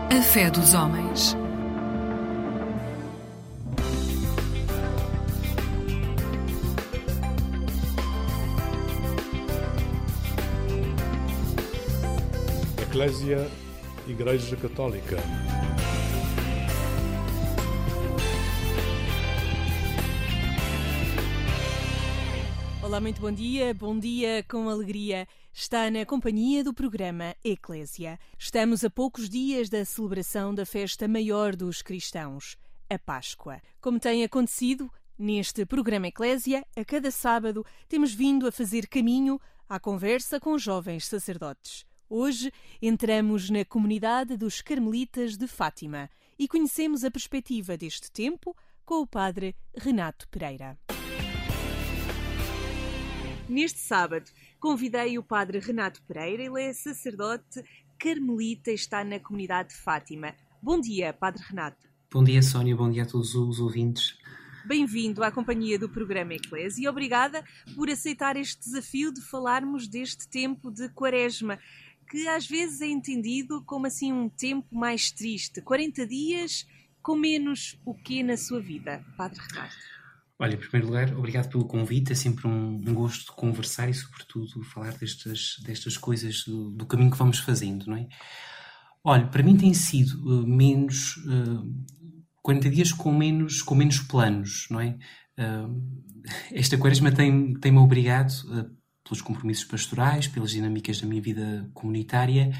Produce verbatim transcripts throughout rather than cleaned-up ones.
A fé dos homens. Eclésia, Igreja Católica. Olá, muito bom dia, bom dia com alegria. Está na companhia do programa Eclésia. Estamos a poucos dias da celebração da festa maior dos cristãos, a Páscoa. Como tem acontecido neste programa Eclésia, a cada sábado temos vindo a fazer caminho à conversa com jovens sacerdotes. Hoje entramos na comunidade dos Carmelitas de Fátima e conhecemos a perspectiva deste tempo com o padre Renato Pereira. Neste sábado, convidei o padre Renato Pereira, ele é sacerdote carmelita e está na comunidade de Fátima. Bom dia, padre Renato. Bom dia, Sónia, bom dia a todos os ouvintes. Bem-vindo à companhia do programa Eclésia e obrigada por aceitar este desafio de falarmos deste tempo de Quaresma, que às vezes é entendido como assim um tempo mais triste. quarenta dias com menos o quê na sua vida, padre Renato? Olha, em primeiro lugar, obrigado pelo convite, é sempre um, um gosto conversar e, sobretudo, falar destas, destas coisas, do, do caminho que vamos fazendo, não é? Olha, para mim tem sido uh, menos, uh, quarenta dias com menos, com menos planos, não é? Uh, esta Quaresma tem, tem-me obrigado, uh, pelos compromissos pastorais, pelas dinâmicas da minha vida comunitária,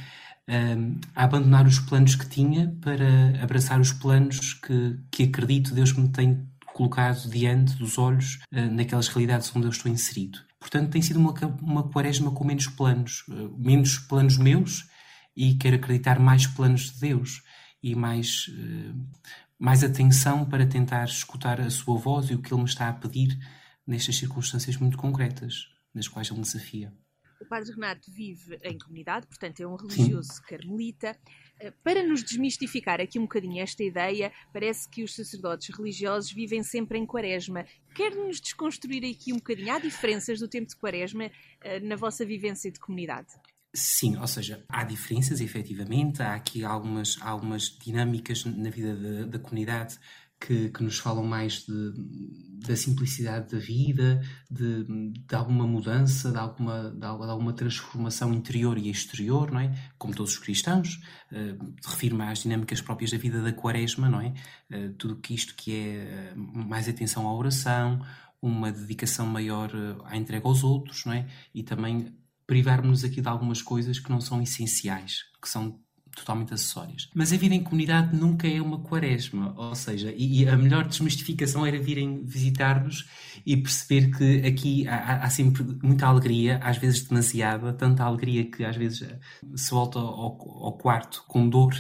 uh, a abandonar os planos que tinha para abraçar os planos que, que acredito Deus me tem colocado diante dos olhos uh, naquelas realidades onde eu estou inserido. Portanto, tem sido uma, uma Quaresma com menos planos, uh, menos planos meus e quero acreditar mais planos de Deus e mais, uh, mais atenção para tentar escutar a sua voz e o que Ele me está a pedir nestas circunstâncias muito concretas, nas quais Ele me desafia. O padre Renato vive em comunidade, portanto é um religioso Sim. carmelita. Para nos desmistificar aqui um bocadinho esta ideia, parece que os sacerdotes religiosos vivem sempre em Quaresma. Quer-nos desconstruir aqui um bocadinho? Há diferenças do tempo de Quaresma na vossa vivência de comunidade? Sim, ou seja, há diferenças, efetivamente. Há aqui algumas, algumas dinâmicas na vida da, da comunidade que, que nos falam mais de, da simplicidade da vida, de, de alguma mudança, de alguma, de alguma transformação interior e exterior, não é? Como todos os cristãos, uh, refiro-me às dinâmicas próprias da vida da Quaresma, não é? Uh, tudo que isto que é uh, mais atenção à oração, uma dedicação maior uh, à entrega aos outros, não é? E também privarmos-nos aqui de algumas coisas que não são essenciais, que são totalmente acessórias. Mas a vida em comunidade nunca é uma Quaresma, ou seja, e, e a melhor desmistificação era virem visitar-nos e perceber que aqui há, há sempre muita alegria, às vezes demasiada, tanta alegria que às vezes se volta ao, ao quarto com dor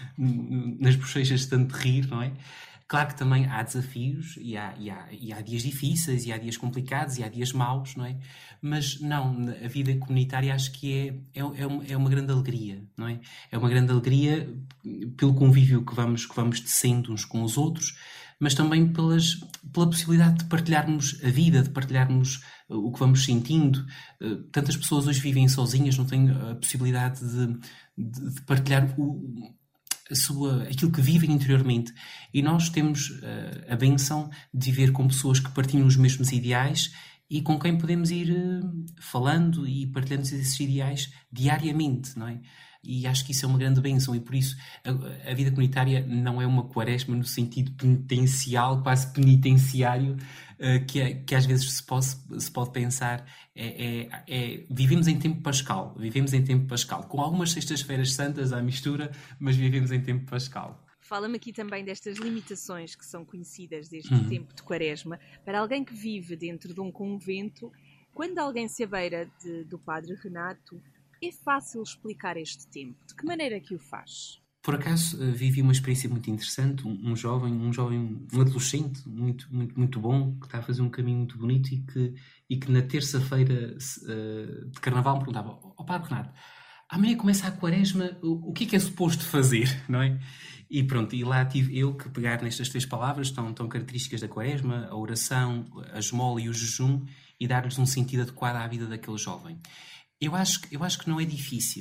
nas bochechas de tanto rir, não é? Claro que também há desafios e há, e, há, e há dias difíceis e há dias complicados e há dias maus, não é? Mas não, a vida comunitária acho que é, é, é, uma, é uma grande alegria, não é? É uma grande alegria pelo convívio que vamos, que vamos tecendo uns com os outros, mas também pelas, pela possibilidade de partilharmos a vida, de partilharmos o que vamos sentindo. Tantas pessoas hoje vivem sozinhas, não têm a possibilidade de, de, de partilhar o... A sua, aquilo que vivem interiormente. E nós temos uh, a bênção de viver com pessoas que partilham os mesmos ideais e com quem podemos ir uh, falando e partilhando esses ideais diariamente, não é? E acho que isso é uma grande bênção e por isso a, a vida comunitária não é uma Quaresma no sentido penitencial, quase penitenciário, uh, que, é, que às vezes se pode, se pode pensar. É, é, é, vivemos em tempo pascal, vivemos em tempo pascal, com algumas sextas-feiras santas à mistura, mas vivemos em tempo pascal. Fala-me aqui também destas limitações que são conhecidas deste uhum. tempo de Quaresma. Para alguém que vive dentro de um convento, quando alguém se abeira de, do padre Renato, é fácil explicar este tempo? De que maneira é que o faz? Por acaso vivi uma experiência muito interessante, um, um jovem, um jovem, um adolescente muito, muito, muito bom, que está a fazer um caminho muito bonito e que, e que na terça-feira uh, de Carnaval me perguntava: ó oh, padre Renato, amanhã começa a Quaresma, o, o que é que é suposto fazer, não é? E pronto, e lá tive eu que pegar nestas três palavras tão, tão características da Quaresma, a oração, a esmola e o jejum, e dar-lhes um sentido adequado à vida daquele jovem. Eu acho, eu acho que não é difícil.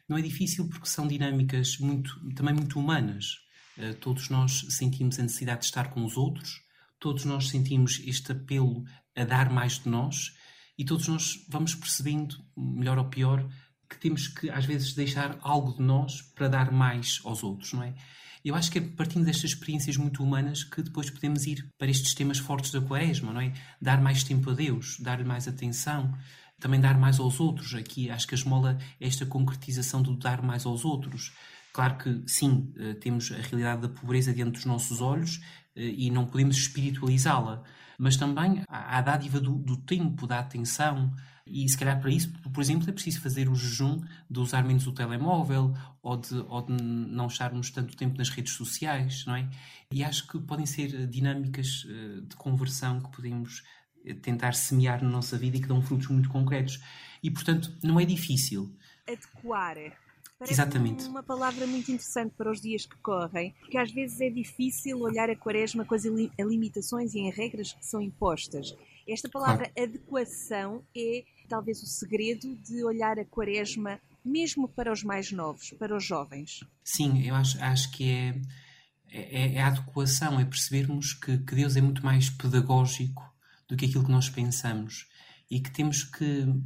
Não é difícil porque são dinâmicas muito, também muito humanas. Uh, todos nós sentimos a necessidade de estar com os outros, todos nós sentimos este apelo a dar mais de nós e todos nós vamos percebendo, melhor ou pior, que temos que às vezes deixar algo de nós para dar mais aos outros, não é? Eu acho que é partindo destas experiências muito humanas que depois podemos ir para estes temas fortes da Quaresma, não é? Dar mais tempo a Deus, dar-lhe mais atenção, também dar mais aos outros. Aqui acho que a esmola é esta concretização do dar mais aos outros. Claro que sim, temos a realidade da pobreza diante dos nossos olhos e não podemos espiritualizá-la, mas também há a dádiva do, do tempo, da atenção, e se calhar para isso, por exemplo, é preciso fazer o jejum de usar menos o telemóvel ou de, ou de não estarmos tanto tempo nas redes sociais, não é? E acho que podem ser dinâmicas de conversão que podemos tentar semear na nossa vida e que dão frutos muito concretos. E, portanto, não é difícil. Adequar. Parece Exatamente. Uma palavra muito interessante para os dias que correm, porque às vezes é difícil olhar a Quaresma com as limitações e as regras que são impostas. Esta palavra claro. Adequação é talvez o segredo de olhar a Quaresma mesmo para os mais novos, para os jovens. Sim, eu acho, acho que é, é, é a adequação, é percebermos que, que Deus é muito mais pedagógico do que aquilo que nós pensamos e que temos que...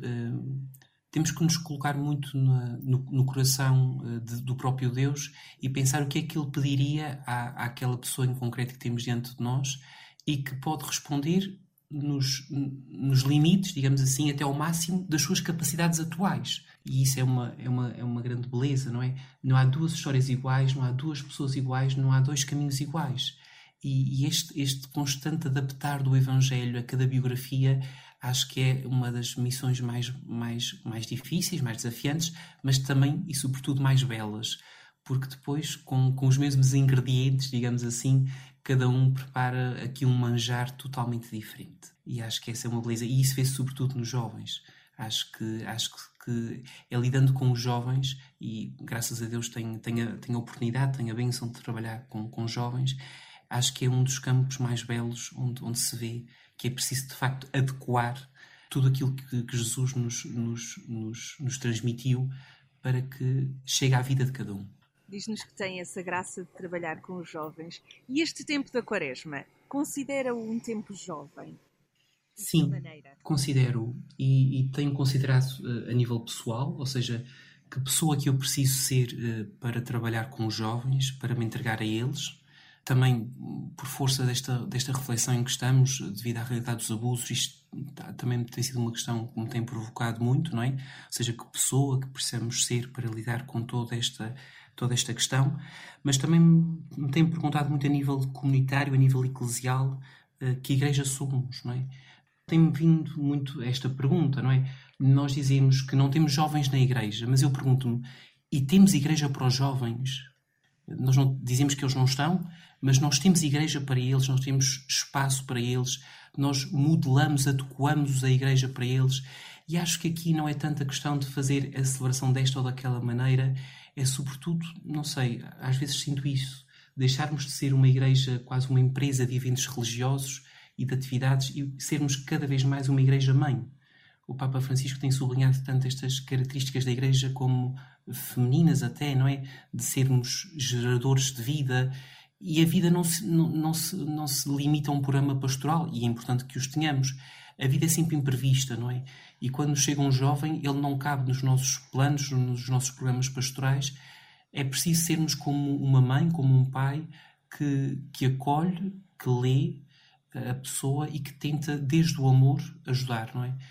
Uh, Temos que nos colocar muito no, no, no coração de, do próprio Deus e pensar o que é que Ele pediria à, àquela pessoa em concreto que temos diante de nós e que pode responder nos, nos limites, digamos assim, até ao máximo das suas capacidades atuais. E isso é uma, é uma, é uma grande beleza, não é? Não há duas histórias iguais, não há duas pessoas iguais, não há dois caminhos iguais. E, e este, este constante adaptar do Evangelho a cada biografia acho que é uma das missões mais, mais, mais difíceis, mais desafiantes, mas também e sobretudo mais belas, porque depois, com, com os mesmos ingredientes, digamos assim, cada um prepara aqui um manjar totalmente diferente. E acho que essa é uma beleza. E isso vê-se sobretudo nos jovens. Acho que, acho que é lidando com os jovens, e graças a Deus tenho, tenho, a, tenho a oportunidade, tenho a bênção de trabalhar com, com jovens. Acho que é um dos campos mais belos onde, onde se vê que é preciso, de facto, adequar tudo aquilo que, que Jesus nos, nos, nos, nos transmitiu para que chegue à vida de cada um. Diz-nos que tem essa graça de trabalhar com os jovens. E este tempo da Quaresma, considera-o um tempo jovem? Sim, considero. E, e tenho considerado uh, a nível pessoal, ou seja, que pessoa que eu preciso ser uh, para trabalhar com os jovens, para me entregar a eles. Também, por força desta, desta reflexão em que estamos, devido à realidade dos abusos, isto também tem sido uma questão que me tem provocado muito, não é? Ou seja, que pessoa que precisamos ser para lidar com toda esta, toda esta questão. Mas também me tenho perguntado muito a nível comunitário, a nível eclesial, que igreja somos, não é? Tem-me vindo muito esta pergunta, não é? Nós dizemos que não temos jovens na igreja, mas eu pergunto-me, e temos igreja para os jovens? Nós não dizemos que eles não estão, mas nós temos igreja para eles, nós temos espaço para eles, nós modelamos, adequamos a igreja para eles. E acho que aqui não é tanto a questão de fazer a celebração desta ou daquela maneira, é sobretudo, não sei, às vezes sinto isso, deixarmos de ser uma igreja, quase uma empresa de eventos religiosos e de atividades, e sermos cada vez mais uma igreja-mãe. O Papa Francisco tem sublinhado tanto estas características da igreja como femininas até, não é? De sermos geradores de vida. E a vida não se, não, não, se, não se limita a um programa pastoral, e é importante que os tenhamos. A vida é sempre imprevista, não é? E quando chega um jovem, ele não cabe nos nossos planos, nos nossos programas pastorais. É preciso sermos como uma mãe, como um pai, que, que acolhe, que lê a pessoa e que tenta, desde o amor, ajudar, não é?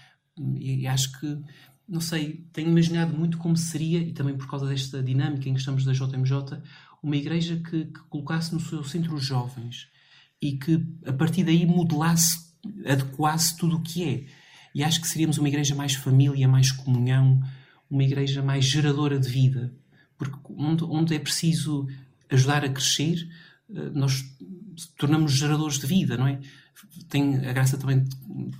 E acho que, não sei, tenho imaginado muito como seria, e também por causa desta dinâmica em que estamos da J M J, uma igreja que, que colocasse no seu centro os jovens e que, a partir daí, modelasse, adequasse tudo o que é. E acho que seríamos uma igreja mais família, mais comunhão, uma igreja mais geradora de vida. Porque onde, onde é preciso ajudar a crescer, nós tornamos geradores de vida, não é? Tenho a graça também de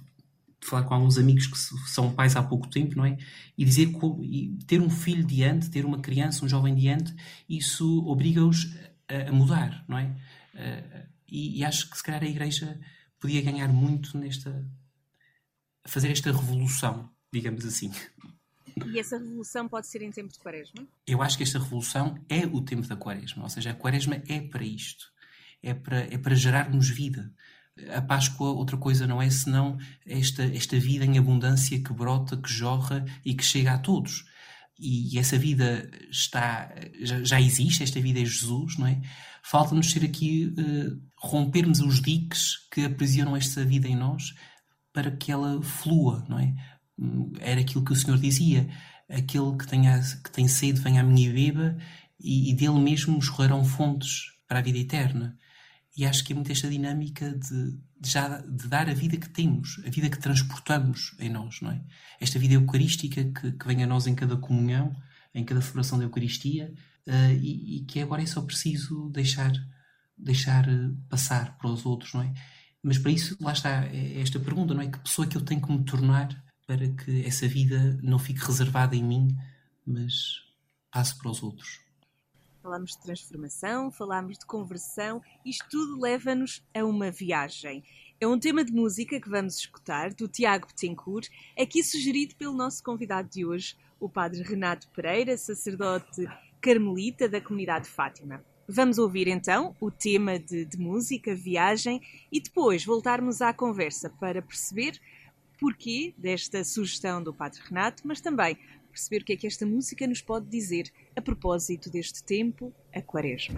falar com alguns amigos que são pais há pouco tempo, não é? E dizer que ter um filho diante, ter uma criança, um jovem diante, isso obriga-os a, a mudar, não é? E, e acho que se calhar a Igreja podia ganhar muito nesta... a fazer esta revolução, digamos assim. E essa revolução pode ser em tempo de Quaresma? Eu acho que esta revolução é o tempo da Quaresma, ou seja, a Quaresma é para isto, é para, é para gerarmos vida. A Páscoa, outra coisa não é senão esta, esta vida em abundância que brota, que jorra e que chega a todos. E essa vida está, já, já existe, esta vida é Jesus, não é? Falta-nos ser aqui, uh, rompermos os diques que aprisionam esta vida em nós para que ela flua, não é? Era aquilo que o Senhor dizia, aquele que, tenha, que tem sede venha a mim e beba, e, e dele mesmo jorrarão fontes para a vida eterna. E acho que é muito esta dinâmica de, de, já, de dar a vida que temos, a vida que transportamos em nós, não é? Esta vida eucarística que, que vem a nós em cada comunhão, em cada celebração da Eucaristia, uh, e, e que agora é só preciso deixar, deixar passar para os outros, não é? Mas para isso, lá está é esta pergunta, não é? Que pessoa que eu tenho que me tornar para que essa vida não fique reservada em mim, mas passe para os outros? Falámos de transformação, falámos de conversão, isto tudo leva-nos a uma viagem. É um tema de música que vamos escutar, do Tiago Betancourt, aqui sugerido pelo nosso convidado de hoje, o padre Renato Pereira, sacerdote carmelita da comunidade de Fátima. Vamos ouvir então o tema de, de música, viagem, e depois voltarmos à conversa para perceber porquê desta sugestão do padre Renato, mas também perceber o que é que esta música nos pode dizer a propósito deste tempo, a Quaresma.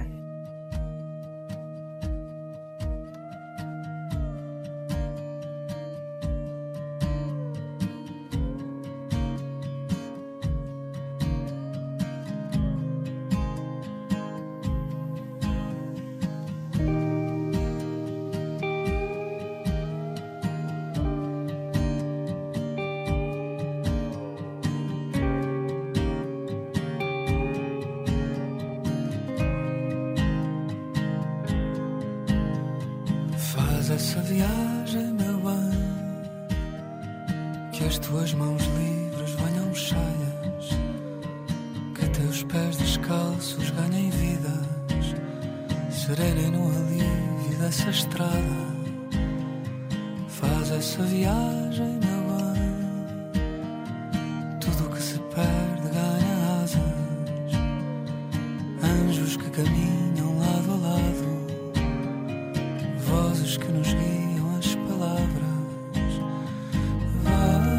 Essa viagem, meu bem, que as tuas mãos livres venham cheias, que teus pés descalços ganhem vidas, serenem no alívio dessa estrada. Faz essa viagem, meu bem, tudo o que se perde ganha asas, anjos que caminham lado a lado, vozes que nos guiam as palavras. Vá,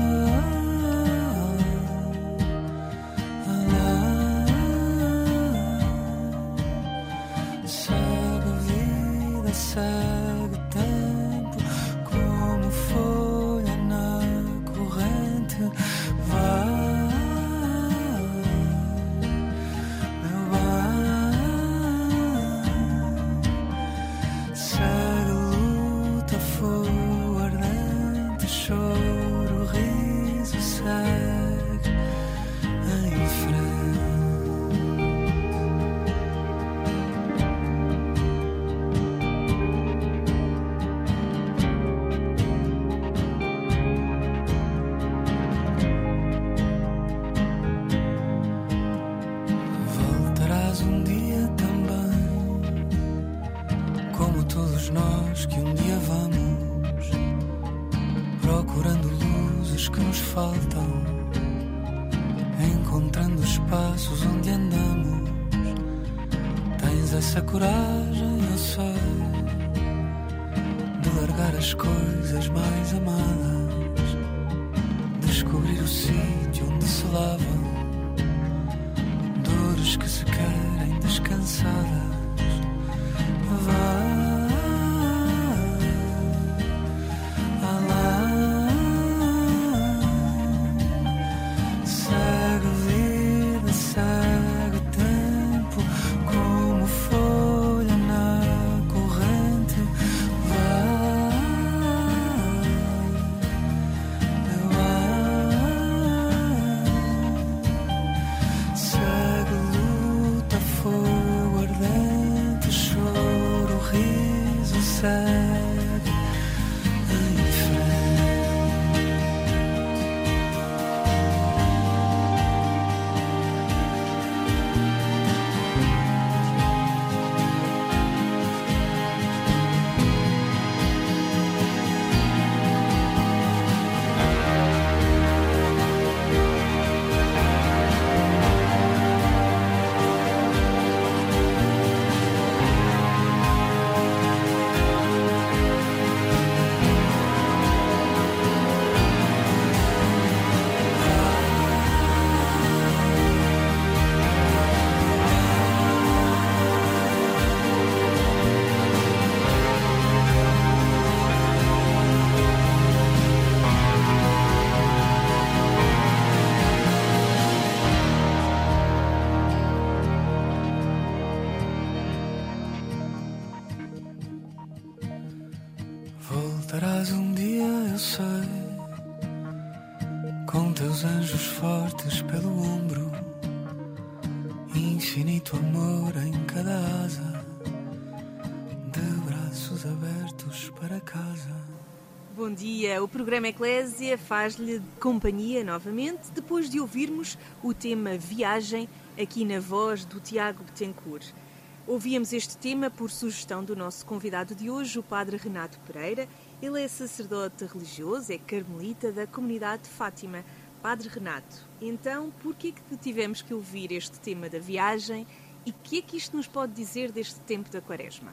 alá, segue a vida, segue o tempo, como folha na corrente. Vá, meu bem, segue fogo ardente, choro, riso, segue em frente. Voltarás um dia também, como todos nós que um dia vamos, procurando luzes que nos faltam, encontrando espaços onde andamos. Tens essa coragem, eu sei, de largar as coisas mais amadas, descobrir o sítio onde se lavam dores que se querem descansadas. Vai, Voltarás um dia, eu sei, com teus anjos fortes pelo ombro, infinito amor em cada asa, de braços abertos para casa. Bom dia, o programa Eclésia faz-lhe companhia novamente depois de ouvirmos o tema Viagem aqui na voz do Tiago Betancourt. Ouvíamos este tema por sugestão do nosso convidado de hoje, o padre Renato Pereira. Ele é sacerdote religioso, é carmelita da comunidade de Fátima. Padre Renato, então, por que é que tivemos que ouvir este tema da viagem e o que é que isto nos pode dizer deste tempo da Quaresma?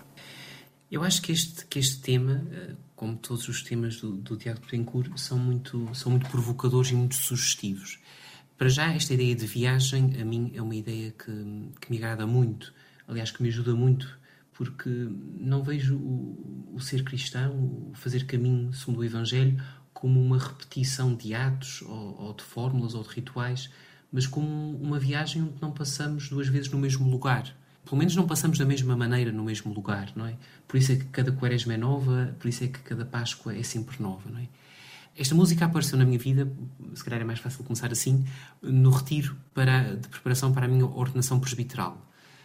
Eu acho que este, que este tema, como todos os temas do, do Tiago Betancourt, são muito, são muito provocadores e muito sugestivos. Para já, esta ideia de viagem, a mim, é uma ideia que, que me agrada muito. Aliás, que me ajuda muito, porque não vejo o, o ser cristão, o fazer caminho segundo o Evangelho, como uma repetição de atos, ou, ou de fórmulas, ou de rituais, mas como uma viagem onde não passamos duas vezes no mesmo lugar. Pelo menos não passamos da mesma maneira no mesmo lugar, não é? Por isso é que cada Quaresma é nova, por isso é que cada Páscoa é sempre nova, não é? Esta música apareceu na minha vida, se calhar é mais fácil começar assim, no retiro para, de preparação para a minha ordenação presbiteral.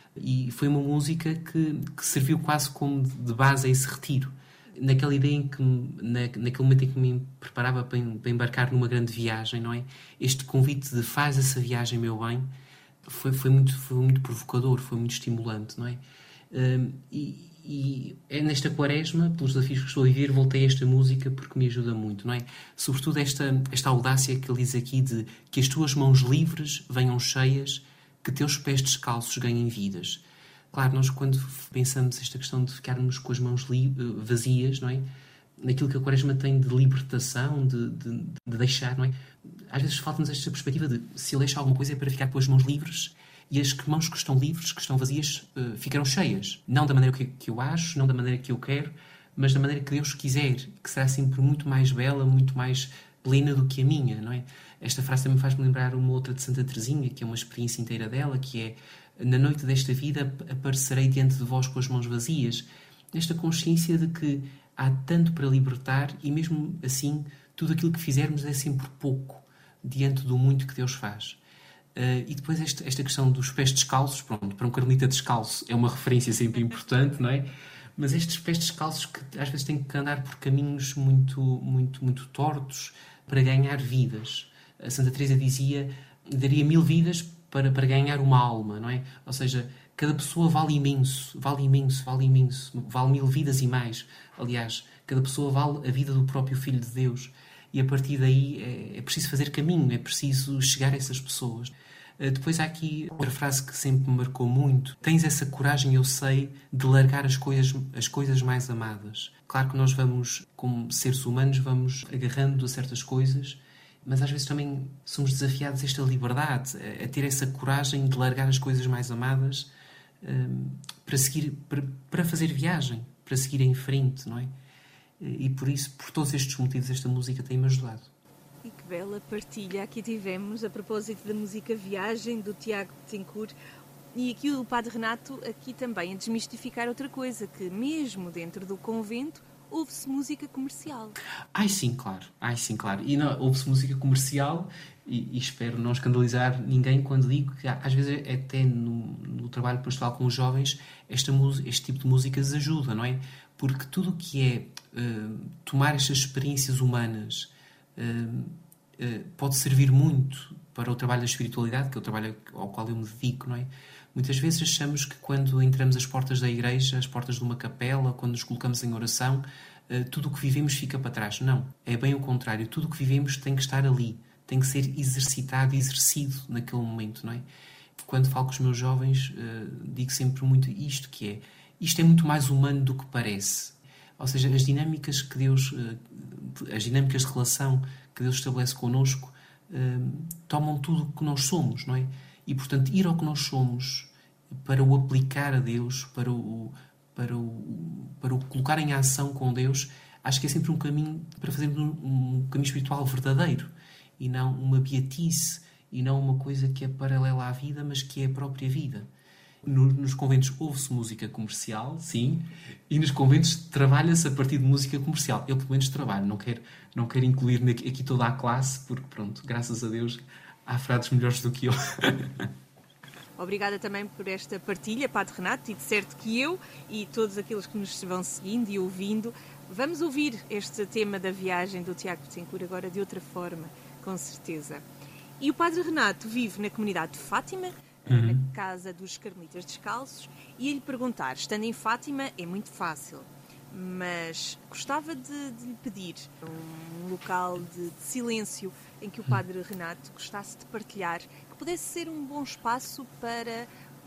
E foi uma música que, que serviu quase como de base a esse retiro. Naquela ideia em que, na, naquele momento em que me preparava para, para embarcar numa grande viagem, não é? Este convite de faz essa viagem, meu bem, Foi, foi, muito, foi muito provocador, foi muito estimulante, não é? Um, e, e é nesta Quaresma, pelos desafios que estou a viver, voltei a esta música porque me ajuda muito, não é? Sobretudo esta, esta audácia que ele diz aqui de que as tuas mãos livres venham cheias, que teus pés descalços ganhem vidas. Claro, nós quando pensamos esta questão de ficarmos com as mãos li- vazias, não é? Naquilo que a Quaresma tem de libertação, de, de, de deixar, não é? Às vezes falta-nos esta perspectiva de se ele deixa alguma coisa é para ficar com as mãos livres e as mãos que estão livres, que estão vazias, uh, ficarão cheias. Não da maneira que, que eu acho, não da maneira que eu quero, mas da maneira que Deus quiser, que será sempre muito mais bela, muito mais plena do que a minha, não é? Esta frase também faz-me lembrar uma outra de Santa Teresinha, que é uma experiência inteira dela, que é: na noite desta vida aparecerei diante de vós com as mãos vazias. Esta consciência de que há tanto para libertar e mesmo assim tudo aquilo que fizermos é sempre pouco diante do muito que Deus faz. Uh, e depois esta, esta questão dos pés descalços, pronto, para um carmelita descalço é uma referência sempre importante, não é? Mas estes pés descalços que às vezes têm que andar por caminhos muito, muito, muito tortos para ganhar vidas. A Santa Teresa dizia, daria mil vidas para, para ganhar uma alma, não é? Ou seja, cada pessoa vale imenso, vale imenso, vale imenso, vale mil vidas e mais. Aliás, cada pessoa vale a vida do próprio Filho de Deus. E a partir daí é, é preciso fazer caminho, é preciso chegar a essas pessoas. Uh, depois há aqui outra frase que sempre me marcou muito. Tens essa coragem, eu sei, de largar as coisas, as coisas mais amadas. Claro que nós vamos, como seres humanos, vamos agarrando a certas coisas, mas às vezes também somos desafiados a esta liberdade, a, a ter essa coragem de largar as coisas mais amadas um, para, seguir, para, para fazer viagem, para seguir em frente, não é? E por isso, por todos estes motivos, esta música tem-me ajudado. E que bela partilha aqui tivemos a propósito da música Viagem, do Tiago Betancourt. E aqui o Padre Renato aqui também a desmistificar outra coisa, que mesmo dentro do convento ouve-se música comercial. Ai sim, claro. Ai sim, claro. E não, ouve-se música comercial e, e espero não escandalizar ninguém quando digo que às vezes até no, no trabalho pastoral com os jovens esta, este tipo de músicas ajuda, não é? Porque tudo o que é uh, tomar estas experiências humanas uh, uh, pode servir muito para o trabalho da espiritualidade, que é o trabalho ao qual eu me dedico, não é? Muitas vezes achamos que quando entramos às portas da igreja, às portas de uma capela, quando nos colocamos em oração, uh, tudo o que vivemos fica para trás. Não, é bem o contrário. Tudo o que vivemos tem que estar ali, tem que ser exercitado, exercido naquele momento, não é? Quando falo com os meus jovens, uh, digo sempre muito isto, que é: isto é muito mais humano do que parece. Ou seja, as dinâmicas que Deus, as dinâmicas de relação que Deus estabelece connosco, tomam tudo o que nós somos, não é? E, portanto, ir ao que nós somos para o aplicar a Deus, para o, para o, para o colocar em ação com Deus, acho que é sempre um caminho para fazermos um, um caminho espiritual verdadeiro e não uma beatice e não uma coisa que é paralela à vida, mas que é a própria vida. No, nos conventos ouve-se música comercial, sim, e nos conventos trabalha-se a partir de música comercial. Eu, pelo menos, trabalho, não quero, não quero incluir aqui toda a classe, porque, pronto, graças a Deus, há frades melhores do que eu. Obrigada também por esta partilha, Padre Renato, e de certo que eu e todos aqueles que nos vão seguindo e ouvindo, vamos ouvir este tema da viagem do Tiago Bettencourt agora de outra forma, com certeza. E o Padre Renato vive na comunidade de Fátima, uhum. na Casa dos Carmelitas Descalços, e ele perguntar, estando em Fátima é muito fácil, mas gostava de, de lhe pedir um local de, de silêncio em que o Padre Renato gostasse de partilhar, que pudesse ser um bom espaço para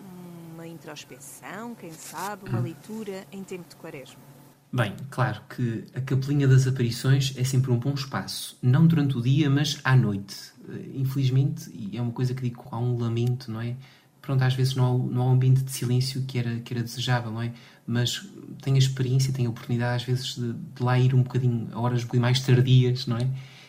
uma introspeção, quem sabe, uma leitura em tempo de Quaresma. Bem, claro que a Capelinha das Aparições é sempre um bom espaço, não durante o dia, mas à noite. Infelizmente, e é uma coisa que digo, há um lamento, não é? Pronto, às vezes não há, não há um ambiente de silêncio que era, que era desejável, não é? Mas tenho a experiência, tenho a oportunidade às vezes de, de lá ir um bocadinho, a horas um bocadinho mais tardias, não é?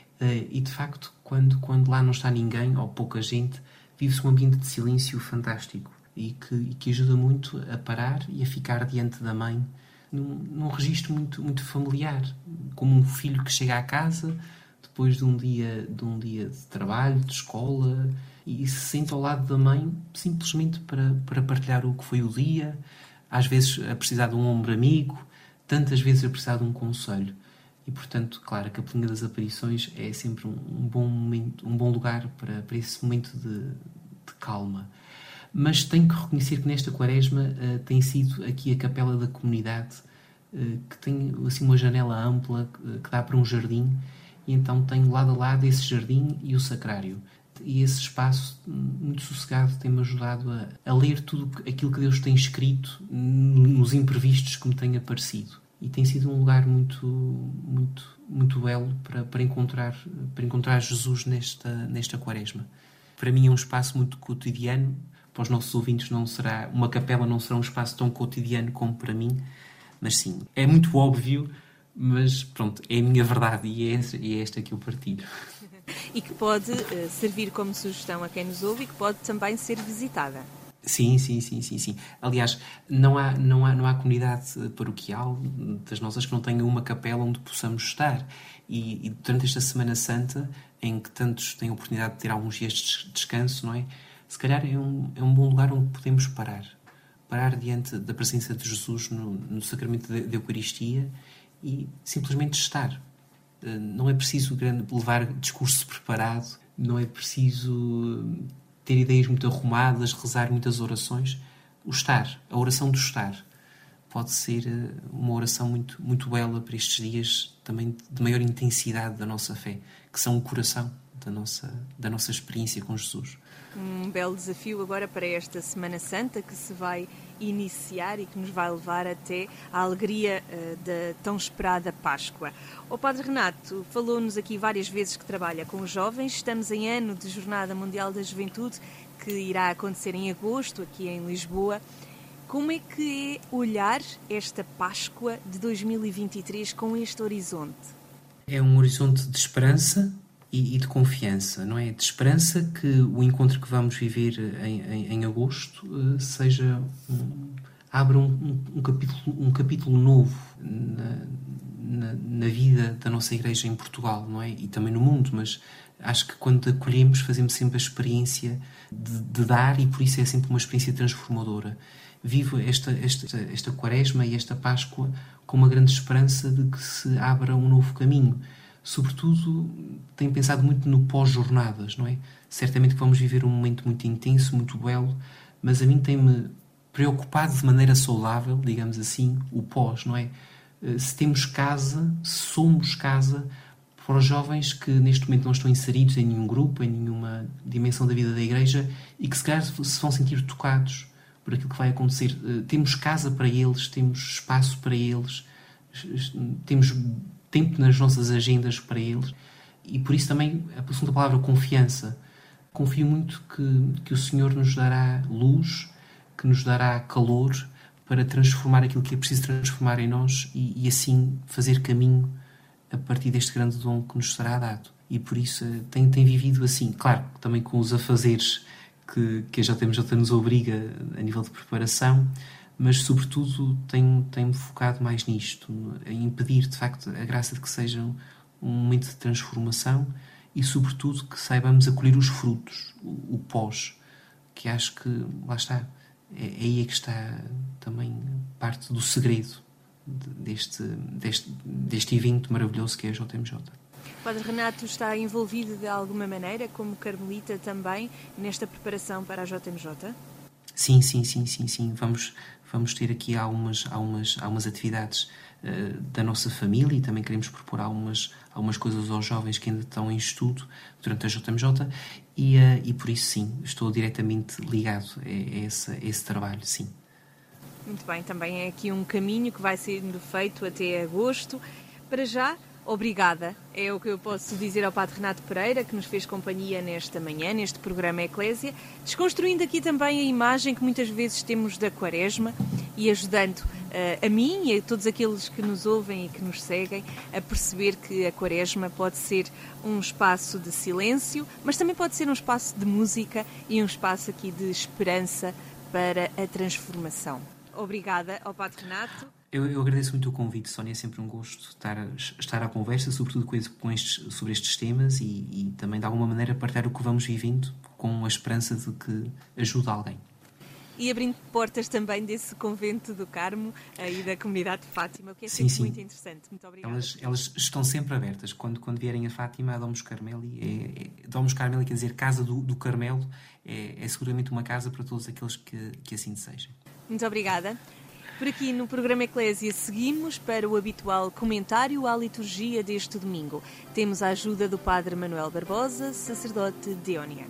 E de facto, quando, quando lá não está ninguém, ou pouca gente, vive-se um ambiente de silêncio fantástico e que, e que ajuda muito a parar e a ficar diante da mãe num, num registro muito, muito familiar, como um filho que chega à casa depois de um dia de, um dia de trabalho, de escola, e se sente ao lado da mãe simplesmente para, para partilhar o que foi o dia, às vezes a precisar de um ombro amigo, tantas vezes a precisar de um conselho. E, portanto, claro, a Capelinha das Aparições é sempre um, um bom momento, um bom lugar para, para esse momento de, de calma. Mas tenho que reconhecer que nesta Quaresma uh, tem sido aqui a capela da comunidade, uh, que tem assim uma janela ampla uh, que dá para um jardim, e então tenho lado a lado esse jardim e o sacrário. E esse espaço muito sossegado tem-me ajudado a, a ler tudo aquilo que Deus tem escrito nos imprevistos que me têm aparecido. E tem sido um lugar muito, muito, muito belo para, para, encontrar, para encontrar Jesus nesta, nesta Quaresma. Para mim é um espaço muito cotidiano. Para os nossos ouvintes não será, uma capela não será um espaço tão cotidiano como para mim. Mas sim, é muito óbvio, mas pronto, é a minha verdade e é, e é esta que eu partilho. E que pode uh, servir como sugestão a quem nos ouve e que pode também ser visitada. Sim, sim, sim, sim, sim. Aliás, não há, não há, não há comunidade paroquial das nossas que não tenha uma capela onde possamos estar. E, e durante esta Semana Santa, em que tantos têm a oportunidade de ter alguns dias de descanso, não é? Se calhar é um, é um bom lugar onde podemos parar. Parar diante da presença de Jesus no, no sacramento da, da Eucaristia e simplesmente estar. Não é preciso levar discurso preparado, não é preciso ter ideias muito arrumadas, rezar muitas orações. O estar, a oração do estar, pode ser uma oração muito, muito bela para estes dias também de maior intensidade da nossa fé, que são o coração da nossa, da nossa experiência com Jesus. Um belo desafio agora para esta Semana Santa que se vai iniciar e que nos vai levar até à alegria uh, da tão esperada Páscoa. O Padre Renato falou-nos aqui várias vezes que trabalha com os jovens. Estamos em ano de Jornada Mundial da Juventude, que irá acontecer em agosto, aqui em Lisboa. Como é que é olhar esta Páscoa de dois mil e vinte e três com este horizonte? É um horizonte de esperança e de confiança, não é? De esperança que o encontro que vamos viver em, em, em agosto uh, seja um, abra um, um, um, capítulo, um capítulo novo na, na, na vida da nossa Igreja em Portugal, não é? E também no mundo, mas acho que quando acolhemos fazemos sempre a experiência de, de dar e por isso é sempre uma experiência transformadora. Vivo esta, esta, esta Quaresma e esta Páscoa com uma grande esperança de que se abra um novo caminho. Sobretudo, tenho pensado muito no pós-jornadas, não é? Certamente que vamos viver um momento muito intenso, muito belo, mas a mim tem-me preocupado de maneira saudável, digamos assim, o pós, não é? Se temos casa, se somos casa, para os jovens que neste momento não estão inseridos em nenhum grupo, em nenhuma dimensão da vida da Igreja e que se calhar se vão sentir tocados por aquilo que vai acontecer. Temos casa para eles, temos espaço para eles, temos tempo nas nossas agendas para eles e por isso também a segunda palavra, confiança. Confio muito que, que o Senhor nos dará luz, que nos dará calor para transformar aquilo que é preciso transformar em nós e, e assim fazer caminho a partir deste grande dom que nos será dado. E por isso tem, tem vivido assim, claro, também com os afazeres que, que a J M J nos obriga a nível de preparação, mas sobretudo tenho, tenho focado mais nisto, em impedir de facto a graça de que seja um momento de transformação e sobretudo que saibamos acolher os frutos, o, o pós, que acho que, lá está, é, é aí é que está também parte do segredo deste, deste, deste evento maravilhoso que é a J M J. Padre Renato está envolvido de alguma maneira, como carmelita também, nesta preparação para a J M J? Sim, sim, sim, sim, sim. Vamos, vamos ter aqui algumas, algumas, algumas atividades uh, da nossa família e também queremos propor algumas, algumas coisas aos jovens que ainda estão em estudo durante a J M J e, uh, e por isso sim, estou diretamente ligado a, a, esse, a esse trabalho, sim. Muito bem, também é aqui um caminho que vai sendo feito até agosto. Para já, obrigada, é o que eu posso dizer ao Padre Renato Pereira, que nos fez companhia nesta manhã, neste programa Eclésia, desconstruindo aqui também a imagem que muitas vezes temos da Quaresma e ajudando uh, a mim e a todos aqueles que nos ouvem e que nos seguem a perceber que a Quaresma pode ser um espaço de silêncio, mas também pode ser um espaço de música e um espaço aqui de esperança para a transformação. Obrigada ao Padre Renato. Eu, eu agradeço muito o convite, Sónia. É sempre um gosto estar, estar à conversa, sobretudo com, com estes, sobre estes temas e, e também, de alguma maneira, partilhar o que vamos vivendo com a esperança de que ajude alguém. E abrindo portas também desse convento do Carmo e da comunidade de Fátima, o que é sim, sempre sim. muito interessante. Muito obrigada. Elas, elas estão sempre abertas. Quando, quando vierem a Fátima, a Domus Carmeli, é, é, Domus Carmeli quer dizer Casa do, do Carmelo, é, é seguramente uma casa para todos aqueles que, que assim desejam. Muito obrigada. Por aqui no programa Eclésia seguimos para o habitual comentário à liturgia deste domingo. Temos a ajuda do Padre Manuel Barbosa, sacerdote deoniano.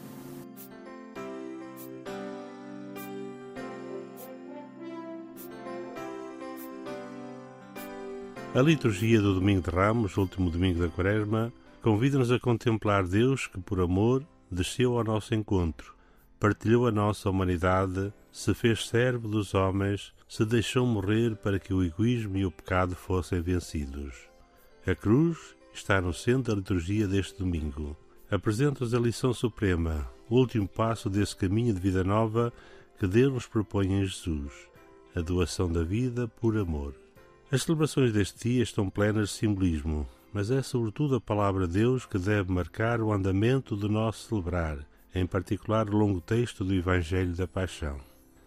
A liturgia do Domingo de Ramos, último domingo da Quaresma, convida-nos a contemplar Deus que, por amor, desceu ao nosso encontro, partilhou a nossa humanidade, se fez servo dos homens, se deixou morrer para que o egoísmo e o pecado fossem vencidos. A cruz está no centro da liturgia deste domingo. Apresenta-nos a lição suprema, o último passo desse caminho de vida nova que Deus nos propõe em Jesus, a doação da vida por amor. As celebrações deste dia estão plenas de simbolismo, mas é sobretudo a palavra de Deus que deve marcar o andamento do nosso celebrar, em particular o longo texto do Evangelho da Paixão.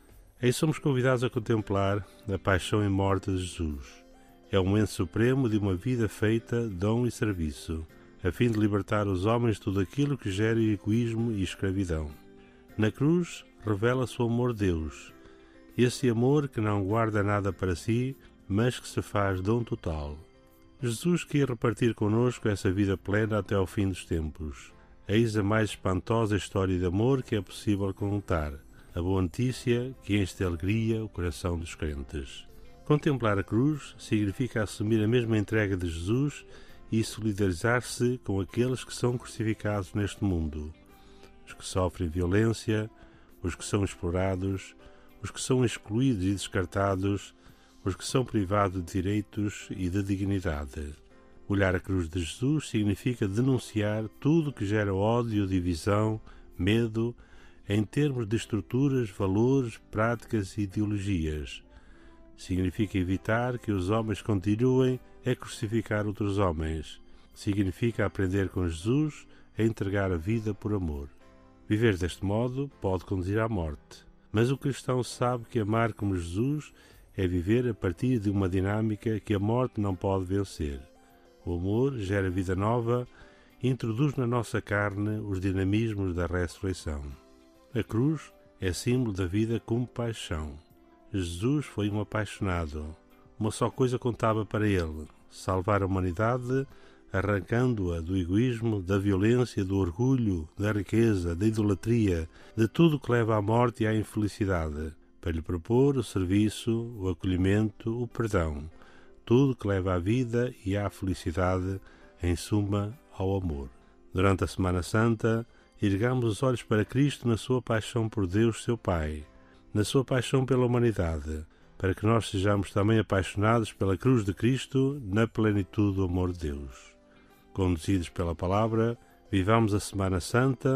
Aí somos convidados a contemplar a paixão e morte de Jesus. É o momento supremo de uma vida feita dom e serviço, a fim de libertar os homens de tudo aquilo que gera egoísmo e escravidão. Na cruz revela-se o amor de Deus, esse amor que não guarda nada para si, mas que se faz dom total. Jesus quer repartir connosco essa vida plena até ao fim dos tempos. Eis a mais espantosa história de amor que é possível contar, a boa notícia que enche de alegria o coração dos crentes. Contemplar a cruz significa assumir a mesma entrega de Jesus e solidarizar-se com aqueles que são crucificados neste mundo, os que sofrem violência, os que são explorados, os que são excluídos e descartados, os que são privados de direitos e de dignidade. Olhar a cruz de Jesus significa denunciar tudo que gera ódio, divisão, medo, em termos de estruturas, valores, práticas e ideologias. Significa evitar que os homens continuem a crucificar outros homens. Significa aprender com Jesus a entregar a vida por amor. Viver deste modo pode conduzir à morte, mas o cristão sabe que amar como Jesus é viver a partir de uma dinâmica que a morte não pode vencer. O amor gera vida nova e introduz na nossa carne os dinamismos da ressurreição. A cruz é símbolo da vida como paixão. Jesus foi um apaixonado. Uma só coisa contava para ele: salvar a humanidade, arrancando-a do egoísmo, da violência, do orgulho, da riqueza, da idolatria, de tudo que leva à morte e à infelicidade, para lhe propor o serviço, o acolhimento, o perdão, tudo que leva à vida e à felicidade, em suma, ao amor. Durante a Semana Santa, ergamos os olhos para Cristo na sua paixão por Deus, seu Pai, na sua paixão pela humanidade, para que nós sejamos também apaixonados pela cruz de Cristo na plenitude do amor de Deus. Conduzidos pela palavra, vivamos a Semana Santa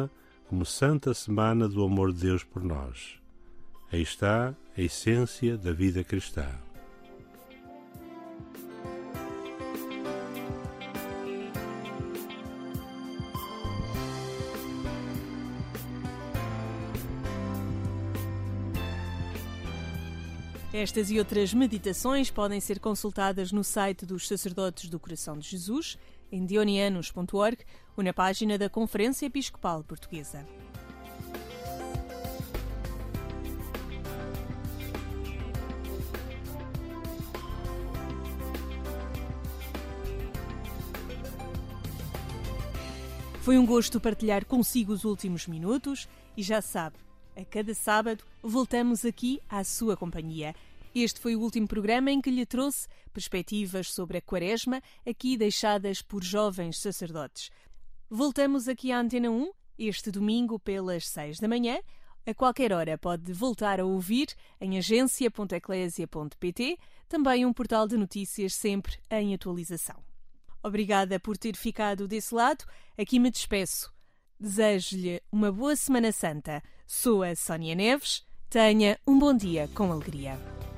como Santa Semana do Amor de Deus por nós. Aí está a essência da vida cristã. Estas e outras meditações podem ser consultadas no site dos Sacerdotes do Coração de Jesus, em dionianos ponto org, ou na página da Conferência Episcopal Portuguesa. Foi um gosto partilhar consigo os últimos minutos e já sabe, a cada sábado voltamos aqui à sua companhia. Este foi o último programa em que lhe trouxe perspectivas sobre a Quaresma, aqui deixadas por jovens sacerdotes. Voltamos aqui à Antena um, este domingo pelas seis da manhã. A qualquer hora pode voltar a ouvir em agência ponto eclésia ponto pt, também um portal de notícias sempre em atualização. Obrigada por ter ficado desse lado. Aqui me despeço. Desejo-lhe uma boa Semana Santa. Sou a Sónia Neves. Tenha um bom dia com alegria.